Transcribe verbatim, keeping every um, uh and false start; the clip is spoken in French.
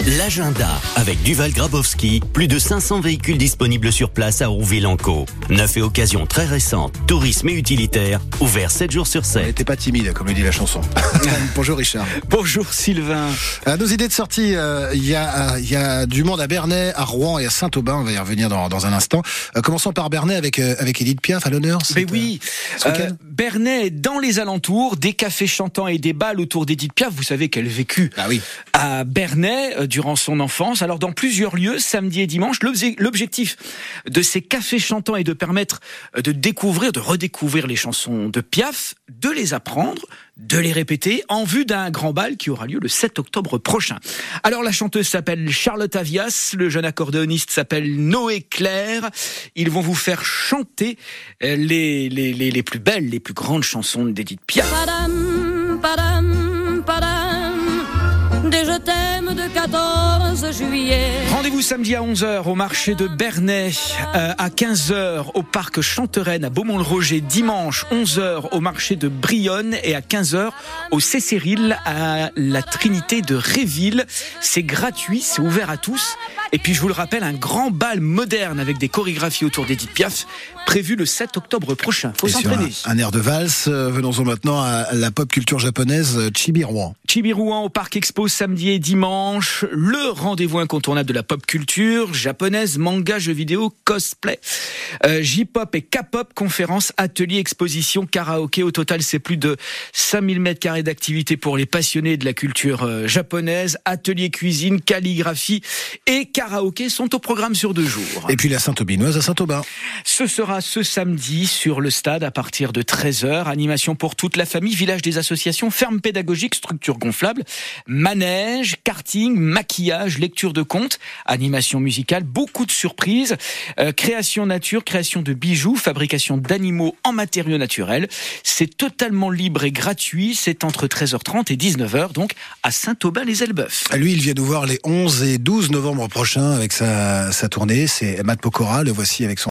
L'agenda avec Duval Grabowski, plus de cinq cents véhicules disponibles sur place à Rouville-en-Caux. Neuf et occasions très récentes, tourisme et utilitaire, ouvert sept jours sur sept. T'es pas timide, comme le dit la chanson. Bonjour Richard. Bonjour Sylvain. À nos idées de sortie, il euh, y, a, y a du monde à Bernay, à Rouen et à Saint-Aubin. On va y revenir dans, dans un instant. Euh, commençons par Bernay avec, euh, avec Edith Piaf à l'honneur. Mais oui, euh, euh, Bernay dans les alentours, des cafés chantants et des bals autour d'Edith Piaf. Vous savez qu'elle vécut ah oui. à Bernay euh, durant son enfance. Alors dans plusieurs lieux, samedi et dimanche, l'objectif de ces cafés chantants est de permettre de découvrir, de redécouvrir les chansons de Piaf, de les apprendre, de les répéter en vue d'un grand bal qui aura lieu le sept octobre prochain. Alors la chanteuse s'appelle Charlotte Avias, le jeune accordéoniste s'appelle Noé Claire. Ils vont vous faire chanter les, les, les, les plus belles, les plus grandes chansons d'Edith Piaf. Padam, padam, padam, des je t'aime de quatorze juillet. Rendez-vous samedi à onze heures au marché de Bernay, euh, à quinze heures au parc Chantereine à Beaumont-le-Roger, dimanche onze heures au marché de Brionne et à quinze heures au Cécéril à la Trinité de Réville. C'est gratuit, c'est ouvert à tous. Et puis je vous le rappelle, un grand bal moderne avec des chorégraphies autour d'Edith Piaf prévu le sept octobre prochain. Faut s'entraîner. Un, un air de valse. Euh, venons-en maintenant à la pop culture japonaise, Chibi-Rouen. Chibi-Rouen au Parc Expo samedi et dimanche. Le rendez-vous incontournable de la pop culture japonaise, manga, jeux vidéo, cosplay, euh, J-pop et K-pop, conférences, ateliers, expositions, karaoké. Au total, c'est plus de cinq mille mètres carrés d'activité pour les passionnés de la culture euh, japonaise. Ateliers cuisine, calligraphie et karaoké sont au programme sur deux jours. Et puis la Saint-Aubinoise à Saint-Aubin. Ce sera ce samedi sur le stade à partir de treize heures. Animation pour toute la famille, village des associations, ferme pédagogique, structure gonflable, manège, karting, maquillage, lecture de contes, animation musicale, beaucoup de surprises, euh, création nature, création de bijoux, fabrication d'animaux en matériaux naturels. C'est totalement libre et gratuit. C'est entre treize heures trente et dix-neuf heures, donc à Saint-Aubin-les-Elbeufs. Lui, il vient nous voir les onze et douze novembre prochains avec sa, sa tournée. C'est Matt Pokora. Le voici avec son